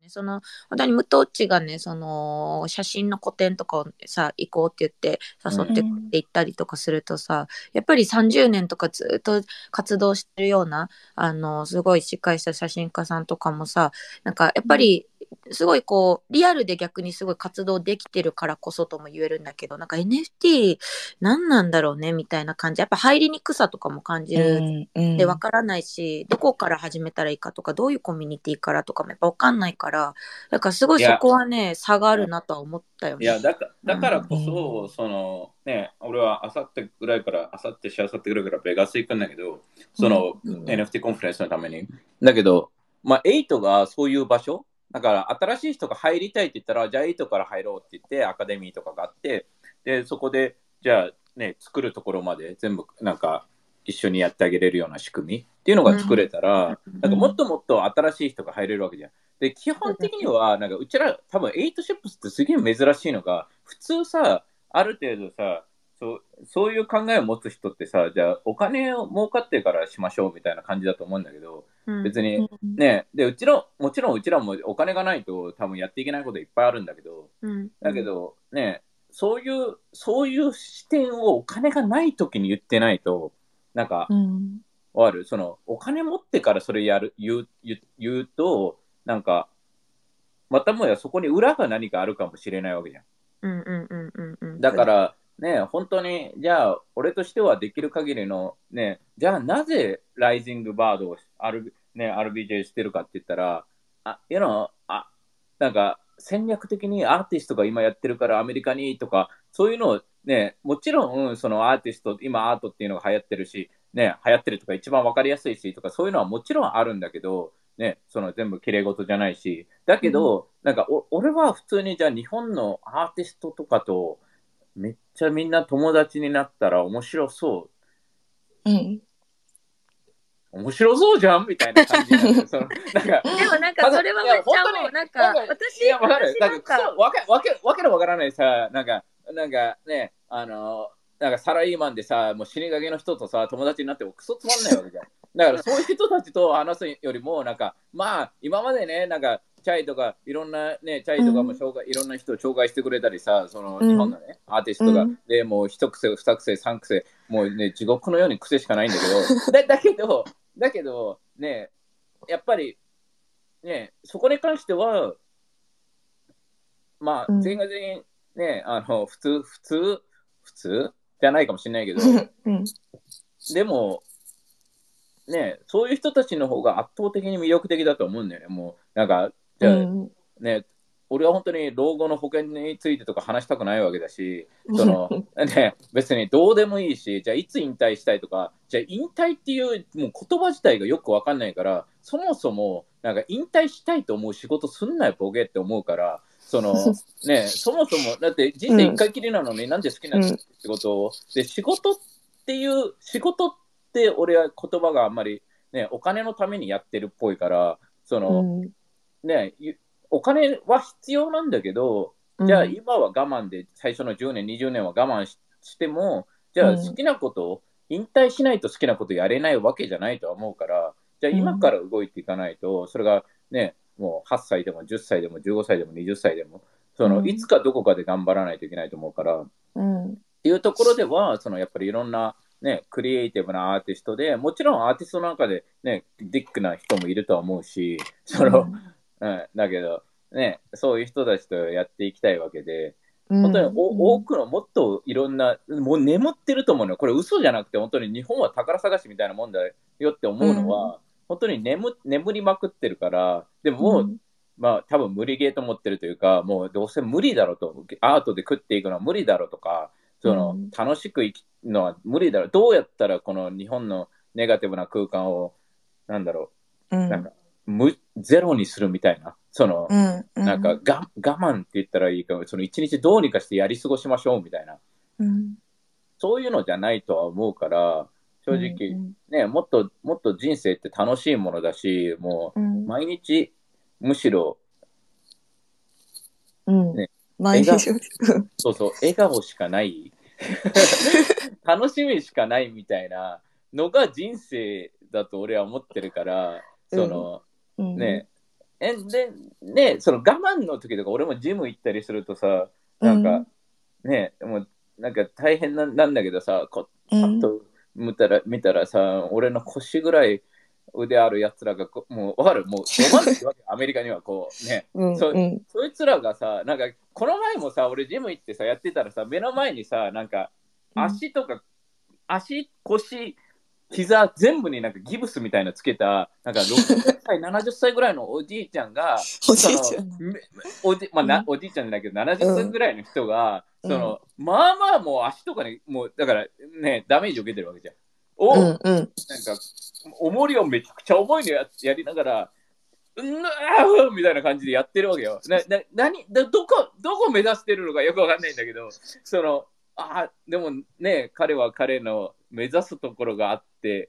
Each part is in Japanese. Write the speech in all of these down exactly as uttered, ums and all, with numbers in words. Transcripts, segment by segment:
ね。その本当にムトッチがね、その写真の個展とかをさ行こうって言って誘ってくれて行ったりとかするとさ、やっぱりさんじゅうねんとかずっと活動してるようなあのすごいしっかりした写真家さんとかもさ、なんかやっぱりすごいこうリアルで逆にすごい活動できてるからこそとも言えるんだけど、なんか エヌエフティー 何なんだろうねみたいな感じ、やっぱ入りにくさとかも感じる。 うんうで、わんからないし、どこから始めたらいいかとか、どういうコミュニティからとかもやっぱわかんないから、だからすごいそいや、 こはね、差があるなとは思ったよね。 いやだか、だからこうそ、 んそのね、俺はあさってぐらいから、あさってしあさってぐらいからベガス行くんだけど、その、 うんエヌエフティー コンファレンスのために。だけど、まあ、エイトがそういう場所、だから新しい人が入りたいって言ったら、じゃあエイトから入ろうって言って、アカデミーとかがあって、で、そこで、じゃあね、作るところまで全部なんか一緒にやってあげれるような仕組みっていうのが作れたら、なんかもっともっと新しい人が入れるわけじゃん。で、基本的には、なんかうちら、多分エイトシップスってすげえ珍しいのが、普通さ、ある程度さ、そうそういう考えを持つ人ってさ、じゃあお金を儲かってからしましょうみたいな感じだと思うんだけど、 うん別にね、で、うちの、もちろんうちらもお金がないと多分やっていけないこといっぱいあるんだけど、 うんだけどね、そういう、そういう視点をお金がない時に言ってないと、なんか、 うんわかるその、お金持ってからそれやる、言う、言う言うと、なんか、またもやそこに裏が何かあるかもしれないわけじゃん。 うんうんうんうんうんだからね、本当に、じゃあ、俺としてはできる限りの、ね、じゃあなぜライジングバードを R、ね、アールビージェー してるかって言ったら、あ、you know、あ、なんか戦略的にアーティストが今やってるからアメリカにとか、そういうのをね、もちろんそのアーティスト、今アートっていうのが流行ってるし、ね、流行ってるとか一番わかりやすいしとか、そういうのはもちろんあるんだけど、ね、その全部綺麗事じゃないし、だけど、なんかお俺は普通にじゃあ日本のアーティストとかと、めっちゃみんな友達になったら面白そうんう。面白そうじゃんみたいな感じなんだよ。そのなんか、 でもなんかただ、 それはいや、 めっちゃ本当に、 もうなんかなんか、 私いや、わかる。なんか、クソ、 私なんかわけ、わけ、わけのわからないさ、なんか、なんかね、あの、なんかサラリーマンでさ、もう死にかけの人とさ、友達になってもクソつまんないわけじゃん。だからそういう人たちと話すよりも、なんか、まあ、今までね、なんか、チャイとか、いろんなね、チャイとかも紹介、いろんな人を紹介してくれたりさ、そのうん日本のね、アーティストが、 うんで、もう一癖、二癖、三癖、もうね、地獄のように癖しかないんだけど、だだけど、だけど、ね、やっぱり、ね、そこに関しては、まあ、全員うんが全員、ね、あの、普通、普通、普通じゃないかもしれないけど、 うんでも、ね、そういう人たちの方が圧倒的に魅力的だと思うんだよね。もう、なんか、じゃあ、 うんね、俺は本当に老後の保険についてとか話したくないわけだし、その、ね、別にどうでもいいし、じゃあいつ引退したいとか、じゃあ引退っていうもう言葉自体がよくわかんないから、そもそも、なんか引退したいと思う仕事すんなよ、ボケって思うから、その、ね、そもそも、だって人生一回きりなのになんで好きな仕事を、で、仕事っていう、仕事って俺は言葉があんまり、ね、お金のためにやってるっぽいから、その、 うんね、お金は必要なんだけど、じゃあ今は我慢で最初のじゅうねん、にじゅうねんは我慢ししても、じゃあ好きなことを、引退しないと好きなことやれないわけじゃないとは思うから、じゃあ今から動いていかないと、それがね、もうはっさいでもじゅっさいでもじゅうごさいでもはたちでも、そのいつかどこかで頑張らないといけないと思うから、 うんっていうところでは、そのやっぱりいろんな、ね、クリエイティブなアーティストで、もちろんアーティストの中で、ね、ディックな人もいるとは思うし、その、うん、だけど、ね、そういう人たちとやっていきたいわけで、本当にお多くのもっといろんな、もう眠ってると思うのよ。これ嘘じゃなくて、本当に日本は宝探しみたいなもんだよって思うのは、本当に眠眠りまくってるから、でももう、まあ多分無理ゲーと思ってるというか、もうどうせ無理だろうと、アートで食っていくのは無理だろうとか、その楽しく生きるのは無理だろう。どうやったらこの日本のネガティブな空間を、なんだろう、なんか無ゼロにするみたいな、その、なんかが我慢って言ったらいいか、その一日どうにかしてやり過ごしましょうみたいな、そういうのじゃないとは思うから、正直、ね、もっともっと人生って楽しいものだし、もう毎日、むしろ、ね、笑顔、そうそう、笑顔しかない、楽しみしかないみたいなのが人生だと俺は思ってるから、その、ね、 えでね、その我慢の時とか俺もジム行ったりするとさ、なんか、うん、ね、もうなんか大変な、なんだけどさ、こパッと見たら、見たらさ、俺の腰ぐらい腕あるやつらがもうわかる、もうど真ん中わけアメリカにはこうね、うん、そ, そいつらがさ、なんかこの前もさ、俺ジム行ってさやってたらさ、目の前にさ、なんか足とか、うん、足腰膝全部になんかギブスみたいなつけた、なんかろくじゅっさい、ななじゅっさいぐらいのおじいちゃんが、 おじいちゃんおじ、まあな、うん、おじいちゃんだけど、ななじゅっさいぐらいの人が、うん、その、まあまあもう足とかに、もう、だからね、ダメージを受けてるわけじゃん。を、うんうん、なんか、重りをめちゃくちゃ重いの や, やりながら、うんあーみたいな感じでやってるわけよ。な、な、何どこ、どこ目指してるのかよくわかんないんだけど、その、あでもね、彼は彼の目指すところがあって、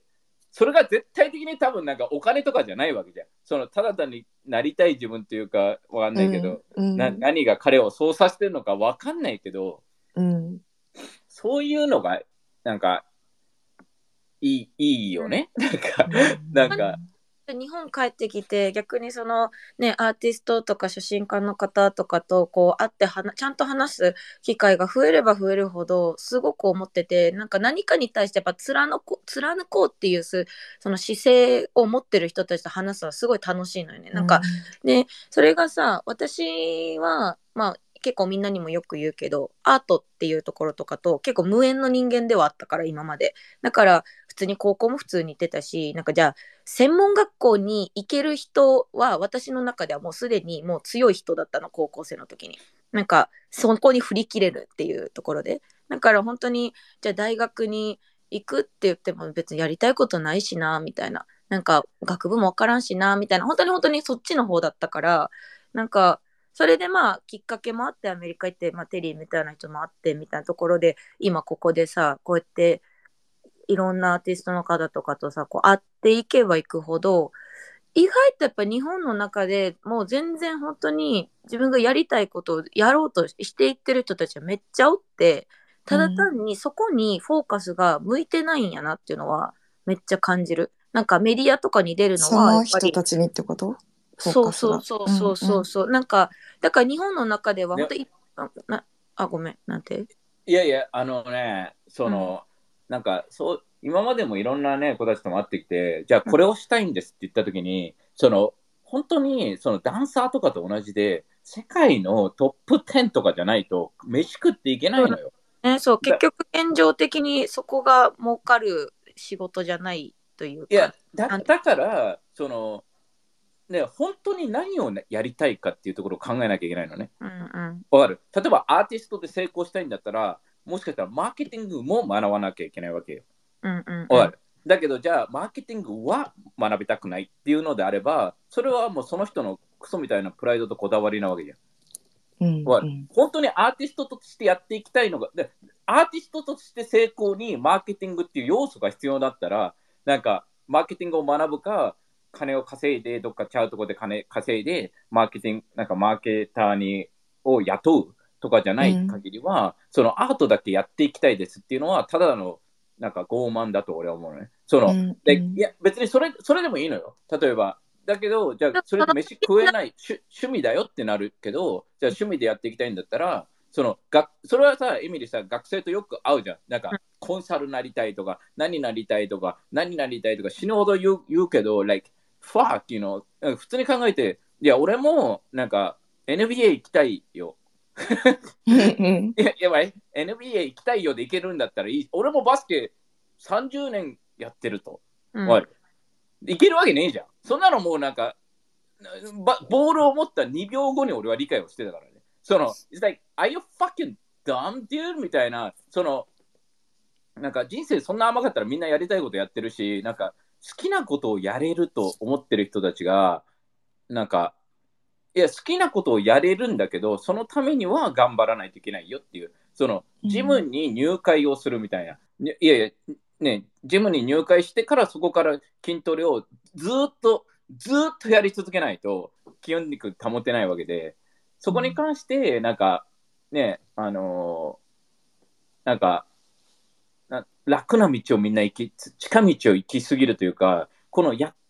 それが絶対的に多分なんかお金とかじゃないわけじゃん。そのただ単になりたい自分というかわかんないけど、うんうん、な何が彼をそうさせてるのかわかんないけど、うん、そういうのがなんかいい、いいよね。なんか、なんか。 日本帰ってきて逆にそのねアーティストとか写真家の方とかとこう会ってはなちゃんと話す機会が増えれば増えるほどすごく思ってて、なんか何かに対してやっぱ貫こう貫こうっていうその姿勢を持ってる人たちと話すのはすごい楽しいのよね。なんか、うん、でそれがさ、私はまあ結構みんなにもよく言うけどアートっていうところとかと結構無縁の人間ではあったから今まで。だから普通に高校も普通に行ってたし、なんかじゃあ専門学校に行ける人は私の中ではもうすでにもう強い人だったの、高校生の時に。なんかそこに振り切れるっていうところで。だから本当にじゃあ大学に行くって言っても別にやりたいことないしなみたいな。なんか学部もわからんしなみたいな。本当に本当にそっちの方だったから、なんかそれでまあきっかけもあってアメリカ行って、まあ、テリーみたいな人もあってみたいなところで今ここでさこうやっていろんなアーティストの方とかとさこう会っていけばいくほど意外とやっぱ日本の中でもう全然本当に自分がやりたいことをやろうとしていってる人たちはめっちゃおって、ただ単にそこにフォーカスが向いてないんやなっていうのはめっちゃ感じる。なんかメディアとかに出るのはやっぱりその人たちにってこと？ そうそうそうそうそうそう、うんうん、なんかだから日本の中では本当になあごめんなんていやいやあのねその、うん、なんかそう今までもいろんなね子たちとも会ってきて、じゃあこれをしたいんですって言った時に、うん、その本当にそのダンサーとかと同じで世界のトップじゅうとかじゃないと飯食っていけないのよ。 うんね、そう結局現状的にそこが儲かる仕事じゃないというか。 いや だ, だからそのね、本当に何を、ね、やりたいかっていうところを考えなきゃいけないのね。 うんうん、 わかる？例えばアーティストで成功したいんだったら、もしかしたらマーケティングも学ばなきゃいけないわけよ。 うんうんうん、 わかる？だけど、じゃあマーケティングは学びたくないっていうのであれば、それはもうその人のクソみたいなプライドとこだわりなわけじゃん。うんうん、本当にアーティストとしてやっていきたいのが、でアーティストとして成功にマーケティングっていう要素が必要だったら、なんかマーケティングを学ぶか、金を稼いで、どっかちゃうとこで金稼いで、マーケティング、なんかマーケターにを雇うとかじゃない限りは、うん、そのアートだけやっていきたいですっていうのは、ただのなんか傲慢だと俺は思うのね。その、うん、でいや別にそれそれでもいいのよ。例えば。だけど、じゃあそれで飯食えない趣、趣味だよってなるけど、じゃあ趣味でやっていきたいんだったら、そのがそれはさ、エミリーさ、学生とよく会うじゃん。なんか、コンサルなりたいとか、何になりたいとか、何になりたいとか、死ぬほど言う言うけど、like, fuck, you know, 普通に考えて、いや、俺も、なんか、エヌビーエー 行きたいよ。いや、やばい、エヌビーエー 行きたいよで行けるんだったらいい。俺もバスケさんじゅうねんやってると。うん、いけるわけねえじゃん。そんなのもうなんか、ボールを持ったにびょうごに俺は理解をしてたからね。その、it's like, are you fucking dumb, dude? みたいな、その、なんか人生そんな甘かったらみんなやりたいことやってるし、なんか好きなことをやれると思ってる人たちが、なんか、いや、好きなことをやれるんだけど、そのためには頑張らないといけないよっていう、その、ジムに入会をするみたいな。うん、いやいや、ね、ジムに入会してからそこから筋トレをずっと、ずっとやり続けないと筋肉保てないわけで、そこに関して、なんか、ね、あのー、なんか、楽な道をみんな行き、近道を行き過ぎるというか、このやってる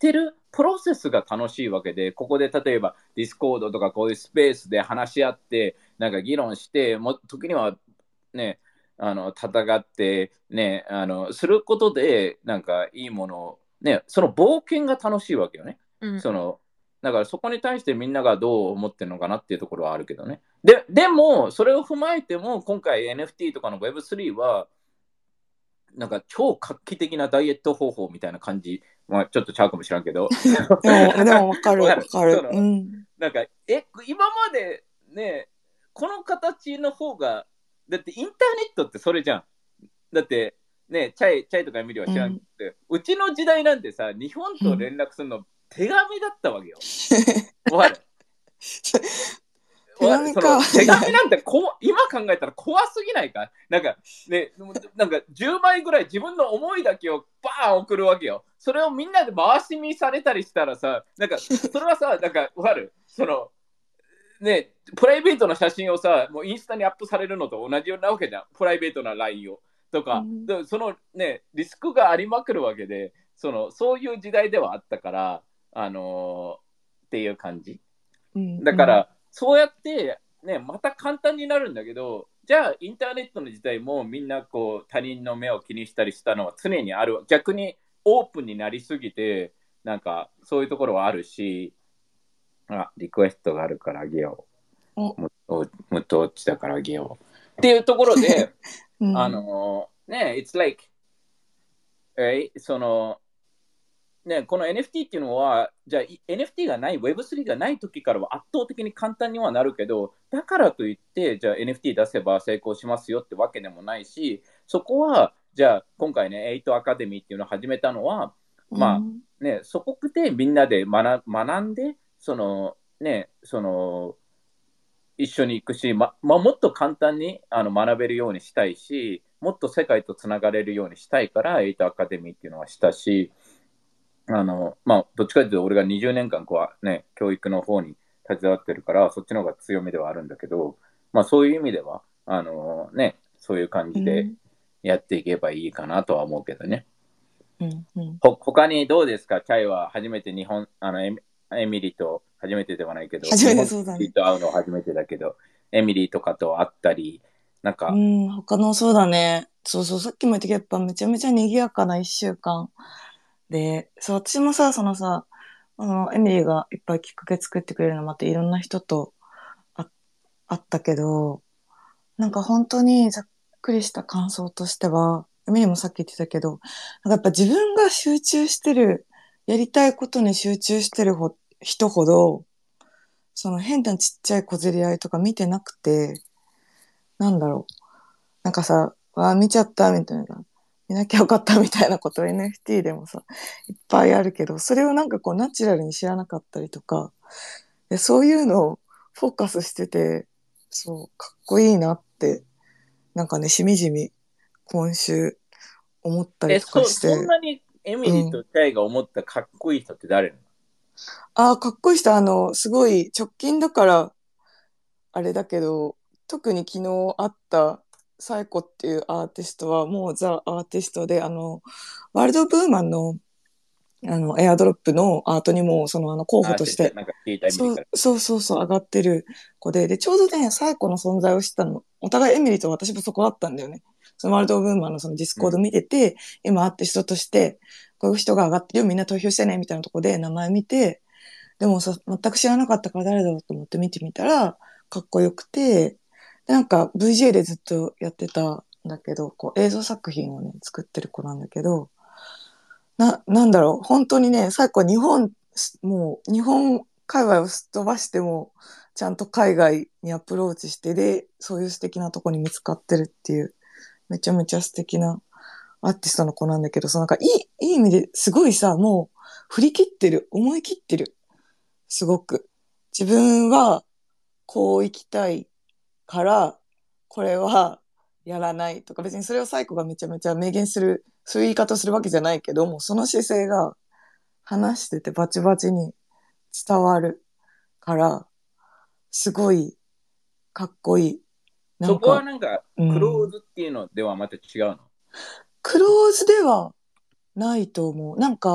プロセスが楽しいわけで、ここで例えばディスコードとかこういうスペースで話し合って、なんか議論して、も時にはね、あの戦ってね、あのすることで、なんかいいものを、ね、その冒険が楽しいわけよね。 うん、 そのだからそこに対してみんながどう思ってるのかなっていうところはあるけどね。で、でも、それを踏まえても、今回 エヌエフティー とかの ウェブスリー は、なんか超画期的なダイエット方法みたいな感じ、まあ、ちょっとちゃうかもしれんけど、 でも、でもわかる、 わかる。 わかる。 その、 うん。 なんか、え、今までね、この形の方が、だってインターネットってそれじゃん。だって、ね、チャイ、チャイとか見るは知らんけど、うん、うちの時代なんてさ、日本と連絡するの手紙だったわけよ。わかる。 手紙か。 その手紙なんてこ今考えたら怖すぎないか。なんかね、なんかじゅうまいぐらい自分の思いだけをバーン送るわけよ。それをみんなで回し見されたりしたらさ、なんかそれはさ、なんかわかる。そのね、プライベートな写真をさ、もうインスタにアップされるのと同じようなわけじゃん。プライベートな ライン をとか、うん、そのねリスクがありまくるわけで、そのそういう時代ではあったから、あのー、っていう感じ。だから、うん、そうやってね、また簡単になるんだけど、じゃあインターネットの時代もみんなこう他人の目を気にしたりしたのは常にある。逆にオープンになりすぎて、なんかそういうところはあるし、あ、リクエストがあるからあげよう。もっと落ちたからあげよう。っていうところで、うん、あのね、it's like、えそのね、この エヌエフティー っていうのは、じゃあ エヌエフティー がない、ウェブスリー がない時からは圧倒的に簡単にはなるけど、だからといって、じゃあ エヌエフティー 出せば成功しますよってわけでもないし、そこは、じゃあ今回ね、エイトアカデミーっていうのを始めたのは、まあね、そこでみんなで学学んで、そのね、その、一緒に行くし、ままあ、もっと簡単にあの学べるようにしたいし、もっと世界とつながれるようにしたいから、エイトアカデミーっていうのはしたし、あのまあ、どっちかというと俺がにじゅうねんかんこう、ね、教育の方に携わってるからそっちの方が強みではあるんだけど、まあ、そういう意味ではあの、ね、そういう感じでやっていけばいいかなとは思うけどね。 うんうん、 ほ他にどうですか？チャイは初めて日本あのエミ、エミリーと初めてではないけど、 初めてそうだね、 エミリーと会うの初めてだけど、エミリーとかと会ったりなんか、 うん、他のそうだね、そうそう、さっきも言ったけどやっぱめちゃめちゃ賑やかないっしゅうかんで、そう、私もさ、そのさ、あの、エミリーがいっぱいきっかけ作ってくれるのもあって、いろんな人とああったけど、なんか本当にざっくりした感想としては、エミリーもさっき言ってたけど、なんかやっぱ自分が集中してる、やりたいことに集中してるほ人ほど、その変なちっちゃい小競り合いとか見てなくて、なんだろう。なんかさ、わあ、見ちゃったみたいな。見なきゃよかったみたいなこと エヌエフティー でもさ、いっぱいあるけど、それをなんかこうナチュラルに知らなかったりとか、でそういうのをフォーカスしてて、そう、かっこいいなって、なんかね、しみじみ今週思ったりえ、 とかそ、 して。 そんなにエミリーとチャイが思ったかっこいい人って誰なの？ ああ、かっこいい人、あの、すごい直近だから、あれだけど、特に昨日会ったサイコっていうアーティストはもうザ・アーティストで、あの、ワールド・ブーマンのあの、エアドロップのアートにも、その、あの、候補として、 なんか聞いたエミリーから。 そう、そうそうそう、上がってる子で、で、ちょうどね、サイコの存在を知ったの、お互いエミリーと私もそこだったんだよね。そのワールド・オブ・ウーマンのそのディスコード見てて、うん、今アーティストとして、こういう人が上がってるよ、みんな投票してね、みたいなとこで名前見て、でもさ、全く知らなかったから誰だろうと思って見てみたら、かっこよくて、で、なんか ブイジェー でずっとやってたんだけど、こう映像作品をね、作ってる子なんだけど、な、なんだろう、本当にね、最後は日本、もう日本界隈をすっ飛ばしても、ちゃんと海外にアプローチして、で、そういう素敵なとこに見つかってるっていう、めちゃめちゃ素敵なアーティストの子なんだけど、そのなんかいい、いい意味ですごいさ、もう振り切ってる、思い切ってる。すごく。自分はこう生きたいから、これはやらないとか、別にそれをサイコがめちゃめちゃ明言する、そういう言い方をするわけじゃないけども、その姿勢が話しててバチバチに伝わるから、すごいかっこいい。なんか、 そこはなんか、 うん、 クローズっていうのではまた違うの？ クローズではないと思う。なんか、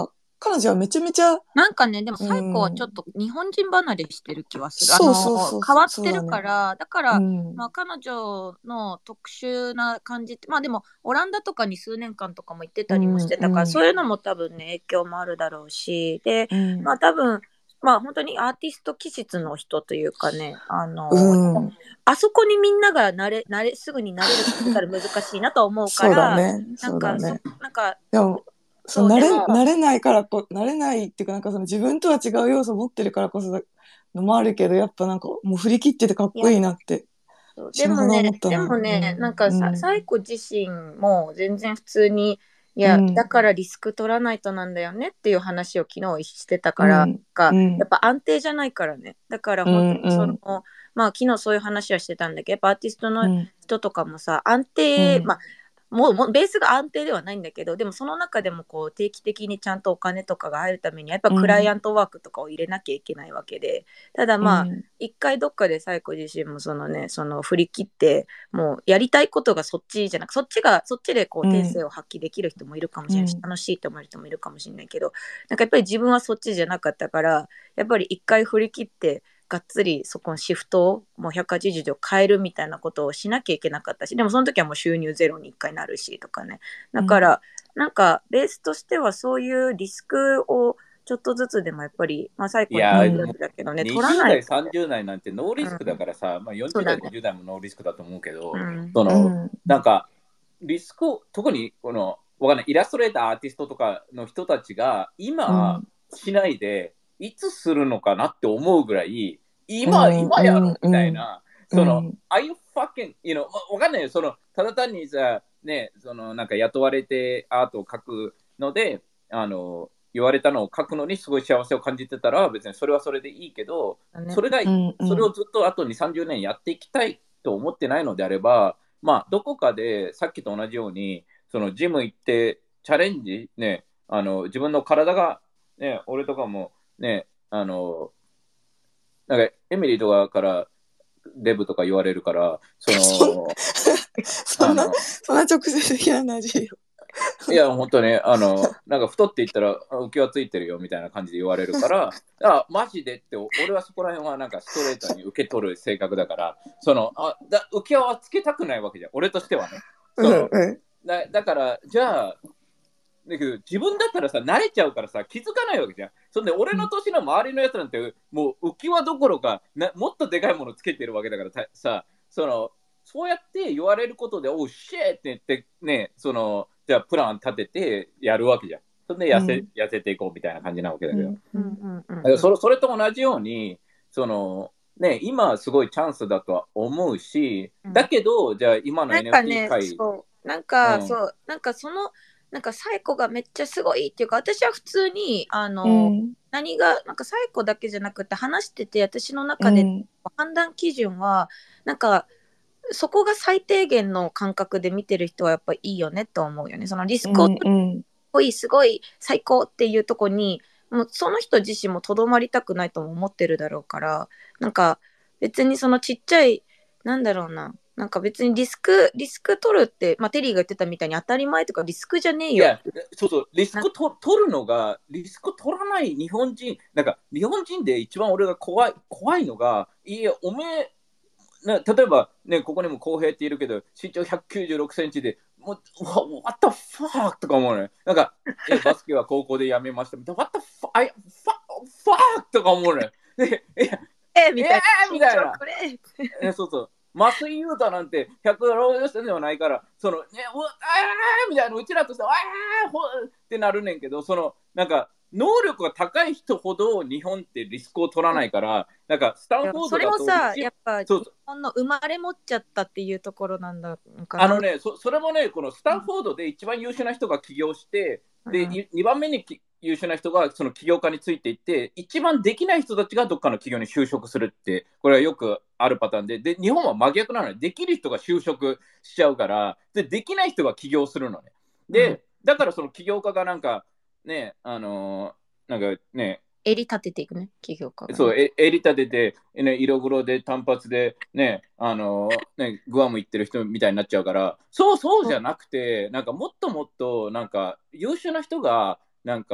彼女はめちゃめちゃ、 なんかね、でもサイコはちょっと日本人離れしてる気はする。 そうそうそうそう、 あの変わってるから、だから、 うんまあ彼女の特殊な感じって、まあでもオランダとかに数年間とかも行ってたりもしてたから、 うんうんそういうのも多分ね、影響もあるだろうし、で、 うんまあ多分、まあ本当にアーティスト気質の人というかね、あの、 うんあそこにみんなが慣れ、慣れ、すぐに慣れるって言ったら難しいなと思うかそうだら、 ね、 なそうだんか、そね。 なんか、 でも、そそうう、 慣れ、 でも、 慣れないからこ、慣れないっていうか、なんかその自分とは違う要素を持ってるからこそのもあるけど、やっぱなんかもう振り切っててかっこいいなって、 そう死ぬほどでもね、で思ったな。 もね、 うんなんかさ、 うんサイコ自身も全然普通に、いや、 うんだからリスク取らないとなんだよねっていう話を昨日してたから、 うんかうんやっぱ安定じゃないからね。だからう本当にその、 んうんまあ昨日そういう話はしてたんだけど、やっぱアーティストのうん人とかもさ、安定、まあ、もうもうベースが安定ではないんだけど、でもその中でもこう定期的にちゃんとお金とかが入るためにやっぱクライアントワークとかを入れなきゃいけないわけで、ただまあ、 うん一回どっかでサイコ自身もそのね、その振り切ってもうやりたいことがそっちじゃなく、そっちがそっちでこううん天性を発揮できる人もいるかもしれないし、 うん楽しいと思う人もいるかもしれないけど、なんかやっぱり自分はそっちじゃなかったから、やっぱり一回振り切ってがっつりそこのシフトをもうひゃくはちじゅうど変えるみたいなことをしなきゃいけなかったし、でもその時はもう収入ゼロに一回なるしとかね。だから、なんかベースとしてはそういうリスクをちょっとずつでもやっぱり、まあ最いや高に言ううんやつだけどね、取ら 20 ない代、さんじゅう代なんてノーリスクだからさ、まあ、40代、 そうだね。 ごじゅう代もノーリスクだと思うけど、 うんその、 うんなんか、リスクを、特にこの、わかんない、イラストレーター、アーティストとかの人たちが、今、しないで、いつするのかなって思うぐらい、今、 うん今やろみたいな、 うんその、 うん are you fucking, you know, わわかんないよ、その、ただ単にさ、ね、その、なんか雇われてアートを描くので、あの、言われたのを書くのにすごい幸せを感じてたら、別にそれはそれでいいけど、 ねそれが、 うんうんそれをずっとあとに、さんじゅうねんやっていきたいと思ってないのであれば、まあ、どこかでさっきと同じように、そのジム行ってチャレンジ、ね、あの自分の体が、ね、俺とかも、ね、あの、なんかエミリーとかからデブとか言われるから、その、 そんなあの、 そんな直接的な話よ。 いや、本当ね、あの、なんか太って言ったら浮き輪ついてるよみたいな感じで言われるから、あ、マジでって、俺はそこら辺はなんかストレートに受け取る性格だから、その、あだ浮き輪はつけたくないわけじゃん、俺としてはね。そのうんだだから、じゃあ、だけど自分だったらさ、慣れちゃうからさ、気づかないわけじゃん。そんで、俺の年の周りのやつなんて、もう浮き輪どころかな、もっとでかいものつけてるわけだからたさ、その、そうやって言われることで、おう、シェーって言って、ね、その、じゃあプラン立ててやるわけじゃん。そんで痩せ、 うん痩せていこうみたいな感じなわけだけど。 うんうんうんだからそれそれと同じように、その、ね、今はすごいチャンスだとは思うし、 うんだけど、じゃあ今のなんかエヌエフティーね、 界、 そう、なんか、 うんそう、なんかその、なんかサイコがめっちゃすごいっていうか、私は普通に、あうの、 ん何が、なんかサイコだけじゃなくて話してて、私のう中でん判断基準は、なんか、そこが最低限の感覚で見てる人はやっぱいいよねと思うよね。そのリスクを取るうんごいすごい最高っていうとこにもうその人自身もとどまりたくないとも思ってるだろうから、なんか別にそのちっちゃいなんだろうな、なんか別にリスクリスク取るって、まあ、テリーが言ってたみたいに当たり前とかリスクじゃねえよ。 いや、そうそう、リスクと取るのが、リスク取らない日本人、なんか日本人で一番俺が怖い怖いのが、いや、おめえ、な例えば、ね、ここにも浩平っているけど、身長ひゃくきゅうじゅうろくセンチで、もう、What the fuck とか思うね。なんか、えバスケは高校でやめましたみたいな、What the fuck, I, fuck とか思うね。でええみたいな。 えーみたいなこれえそうそう。増井裕太なんてひゃくろくセンチではないから、その、ね、うわあーみたいな、うちらとしては、あーほってなるねんけど、その、なんか、能力が高い人ほど日本ってリスクを取らないから、なんか、スタンフォードだとそれもさ、 一やっぱそう日本の生まれ持っちゃったっていうところなんだかな。 あのねそ、それもね、このスタンフォードで一番優秀な人が起業して、で、 うんいにばんめにき優秀な人がその起業家についていって、一番できない人たちがどっかの企業に就職するって、これはよくあるパターンで、で、日本は真逆なのね。できる人が就職しちゃうから、で、できない人が起業するのね。で、 うんだからその起業家がなんか、ね、あのーなんかね、 襟立てていくね、企業家がね。 そう、え襟立てて、ね、色黒で単発で、ね、あのね、グアム行ってる人みたいになっちゃうから、そうそうじゃなくて、なんかもっともっと、なんか優秀な人が、なんか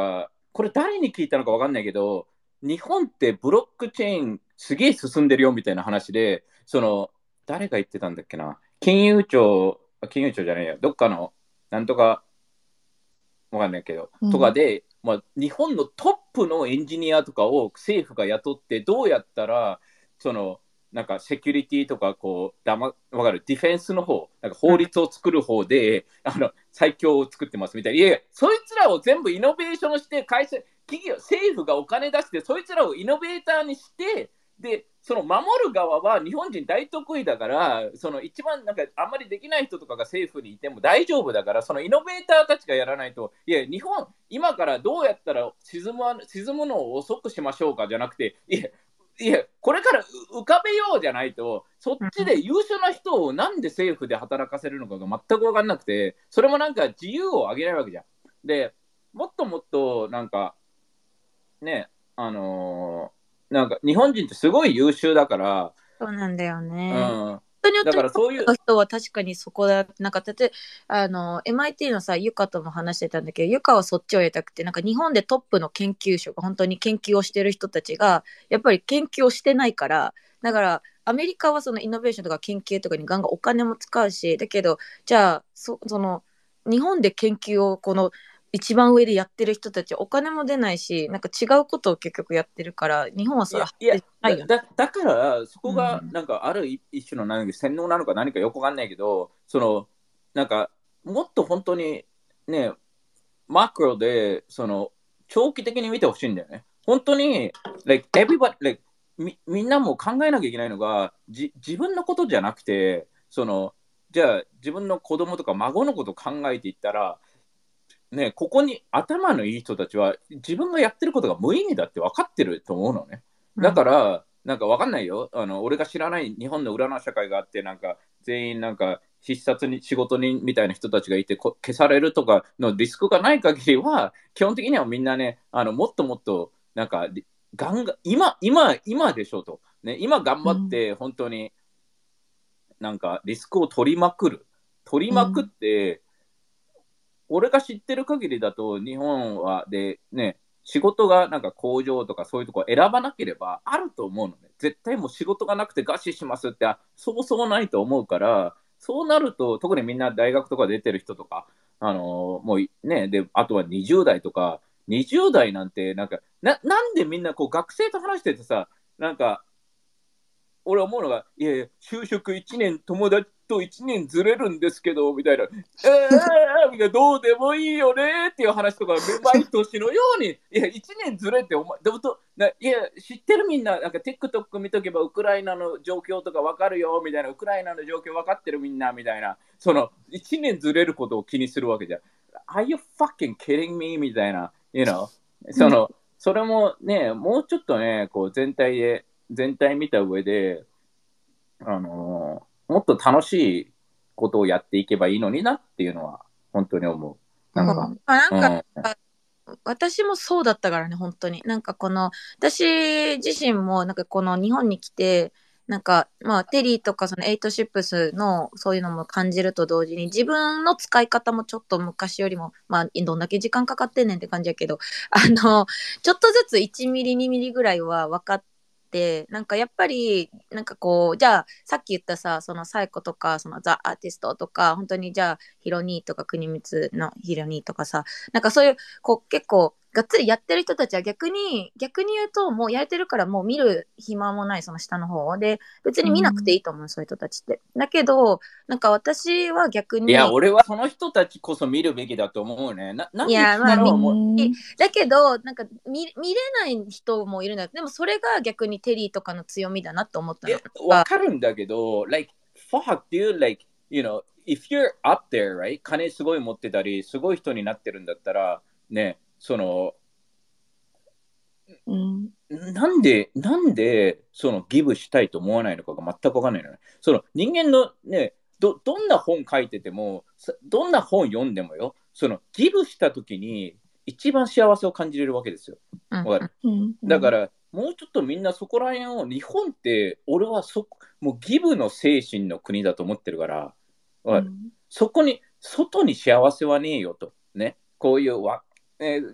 これ誰に聞いたのか分かんないけど、日本ってブロックチェーンすげえ進んでるよみたいな話で、その、誰が言ってたんだっけな。金融庁、金融庁じゃないや、どっかの、なんとか、分かんないけど、 うん、 とかで、まあ、日本のトップのエンジニアとかを政府が雇って、どうやったら、その、なんかセキュリティとかこうだまわかるディフェンスの方なんか法律を作る方で、うん、あの最強を作ってますみたいないやいやそいつらを全部イノベーションして会社企業政府がお金出してそいつらをイノベーターにしてでその守る側は日本人大得意だからその一番なんかあんまりできない人とかが政府にいても大丈夫だからそのイノベーターたちがやらないといや日本今からどうやったら沈む沈むのを遅くしましょうかじゃなくていやいやこれから浮かべようじゃないとそっちで優秀な人をなんで政府で働かせるのかが全く分かんなくてそれもなんか自由をあげないわけじゃん。でもっともっとなんかねあのー、なんか日本人ってすごい優秀だからそうなんだよね。 うん本当にだからそういう人は確かにそこだなんか例えあの エムアイティー のさユカとも話してたんだけどユカはそっちをやりたくてなんか日本でトップの研究所が本当に研究をしてる人たちがやっぱり研究をしてないからだからアメリカはそのイノベーションとか研究とかにガンガンお金も使うしだけどじゃあ そ, その日本で研究をこの一番上でやってる人たちお金も出ないしなんか違うことを結局やってるから日本はそれはないよね。だ, だからそこがなんかある一種の何か洗脳なのか何かよくわかんないけどそのなんかもっと本当にねマクロでその長期的に見てほしいんだよね。本当に like everybody like み, みんなも考えなきゃいけないのがじ自分のことじゃなくてそのじゃあ自分の子供とか孫のことを考えていったらね、ここに頭のいい人たちは自分がやってることが無意味だって分かってると思うのね。だから、うん、なんか分かんないよ。あの俺が知らない日本の裏の社会があってなんか全員なんか必殺に仕事人みたいな人たちがいて消されるとかのリスクがない限りは基本的にはみんなねあのもっともっとなんかガンガン今今今でしょと、ね、今頑張って本当になんかリスクを取りまくる取りまくって、うん俺が知ってる限りだと日本はでね仕事がなんか工場とかそういうとこ選ばなければあると思うのね。絶対もう仕事がなくて餓死しますってそうそうないと思うからそうなると特にみんな大学とか出てる人とかあのー、もうねであとはにじゅう代とかにじゅう代なんてなんか な, なんでみんなこう学生と話しててさなんか俺思うのがいやいや就職いちねん友達といちねんずれるんですけどみたいなえーみたいなどうでもいいよねっていう話とか毎年のようにいやいちねんずれってお前でもとないや知ってるみんななんか TikTok 見とけばウクライナの状況とか分かるよみたいなウクライナの状況分かってるみんなみたいなそのいちねんずれることを気にするわけじゃん Are you fucking kidding me? みたいな you know その、うん、それもねもうちょっとねこう全体で全体見た上であのーもっと楽しいことをやっていけばいいのになっていうのは本当に思う。なんか、 うん、あなんか、うん、私もそうだったからね本当になんかこの私自身もなんかこの日本に来てなんかまあテリーとかそのエイトシップスのそういうのも感じると同時に自分の使い方もちょっと昔よりもまあどんだけ時間かかってんねんって感じやけどあのちょっとずついちミリにミリぐらいは分かってでなんかやっぱりなんかこうじゃあさっき言ったさそのサイコとかそのザ・アーティストとか本当にじゃあヒロニーとか国光のヒロニーとかさなんかそういうこう結構がっつりやってる人たちは逆に逆に言うともうやれてるからもう見る暇もないその下の方で別に見なくていいと思う、うん、そういう人たちってだけどなんか私は逆にいや俺はその人たちこそ見るべきだと思うねななんでいやまあもだけどなんか 見, 見れない人もいるんだでもそれが逆にテリーとかの強みだなと思ったのわかるんだけど like fuck dude like you know if you're up there right 金すごい持ってたりすごい人になってるんだったらねその、うん、なんで、なんで、そのギブしたいと思わないのかが全く分かんないのね。その人間のね、ど、どんな本書いてても、どんな本読んでもよ、そのギブしたときに一番幸せを感じれるわけですよ。わかる？うん、だから、もうちょっとみんなそこら辺を、日本って、俺はそ、もうギブの精神の国だと思ってるから、わかる？うん、そこに、外に幸せはねえよと。ね。こういうわ、えー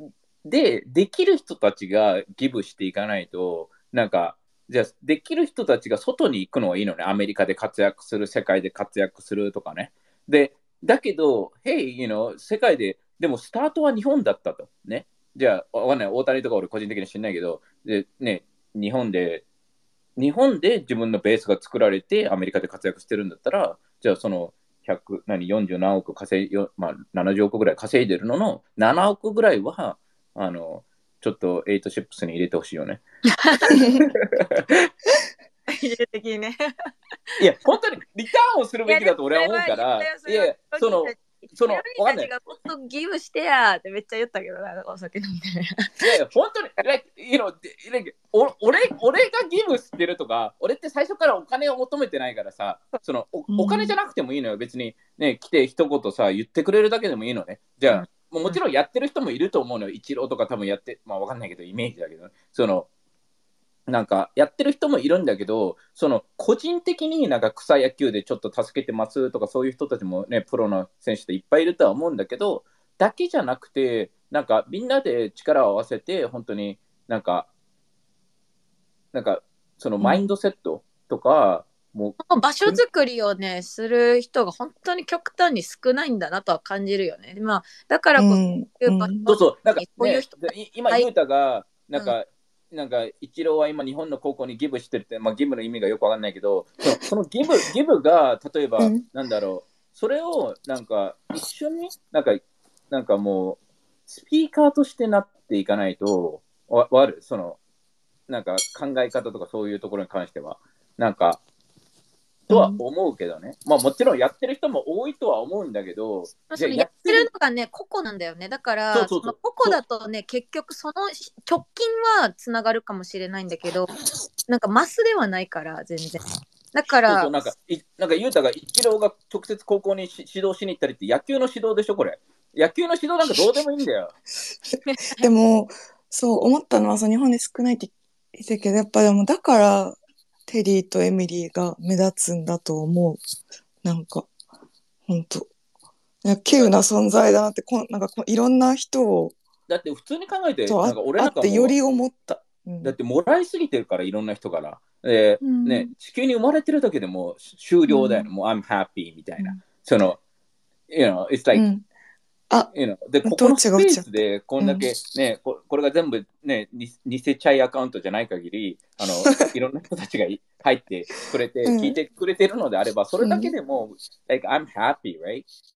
で、できる人たちがギブしていかないと、なんか、じゃあ、できる人たちが外に行くのはいいのね。アメリカで活躍する、世界で活躍するとかね。で、だけど、Hey, you know, 世界で、でもスタートは日本だったと。ね。じゃあ、わかんない。大谷とか俺個人的に知んないけど、で、ね、日本で、日本で自分のベースが作られてアメリカで活躍してるんだったら、じゃあそのひゃく、何、よんじゅう何億稼い、よまあ、ななじゅうおくぐらい稼いでるののななおくぐらいは、あの、ちょっとエイトシップスに入れてほしいよね。 最終的にね。 いや、本当にリターンをするべきだと俺は思うから、いや、その、その、わかんない。 もっとギブしてやってめっちゃ言ったけどな、お酒飲んで。 いやいや、本当に、like, you know, like, お俺、俺がギブしてるとか、俺って最初からお金を求めてないからさ、その お, お金じゃなくてもいいのよ。別にね、来て一言さ、言ってくれるだけでもいいのね。じゃあ、もうもちろんやってる人もいると思うのよ。イチローとか多分やって、まあわかんないけど、イメージだけど、その、なんかやってる人もいるんだけど、その個人的になんか草野球でちょっと助けてますとかそういう人たちもね、プロの選手っていっぱいいるとは思うんだけど、だけじゃなくて、なんかみんなで力を合わせて、本当になんか、なんかそのマインドセットとか、 うん、もう場所づくりをね、する人が本当に極端に少ないんだなとは感じるよね。まあ、だからこそ、うん、 そうそう、なんか、ね、今、ユータが、なんか、うんなんか、イチローは今日本の高校にギブしてるって、まあ、ギブの意味がよくわかんないけど、そのそのギブ、ギブが、例えば、うん、なんだろう、それを、なんか、一緒に、なんか、なんかもう、スピーカーとしてなっていかないと、わ、わる、その、なんか、考え方とかそういうところに関しては、なんか、とは思うけどね、うん、まあもちろんやってる人も多いとは思うんだけど、 そのやってるのがね、個々なんだよね。だから、そうそうそう、その個々だとね、結局その直近はつながるかもしれないんだけど、なんかマスではないから、全然。だから、 そうそうなんか、いなんかユータがイチローが直接高校に指導しに行ったりって野球の指導でしょ、これ。野球の指導なんかどうでもいいんだよ。 でも、そう思ったのは、そう日本で少ないって言ってたけど、やっぱでもだから、テリーとエミリーが目立つんだと思う。なんか、ほんと。稀有な存在だなってこなんかこいろんな人をだって普通に考えてなんか俺なんかもあってより思った、 うん、だってもらいすぎてるからいろんな人から、えーうんね、地球に生まれてるだけでも終了だよね、うん、もう I'm happy みたいな、うん、その you know it's like、うんあ、 you know、で、ここのスペースでこんだけね、うん、こ, これが全部ね、偽チャイアカウントじゃない限り、あの、いろんな人たちが入ってくれて、うん、聞いてくれてるのであれば、それだけでも、like, I'm happy, right?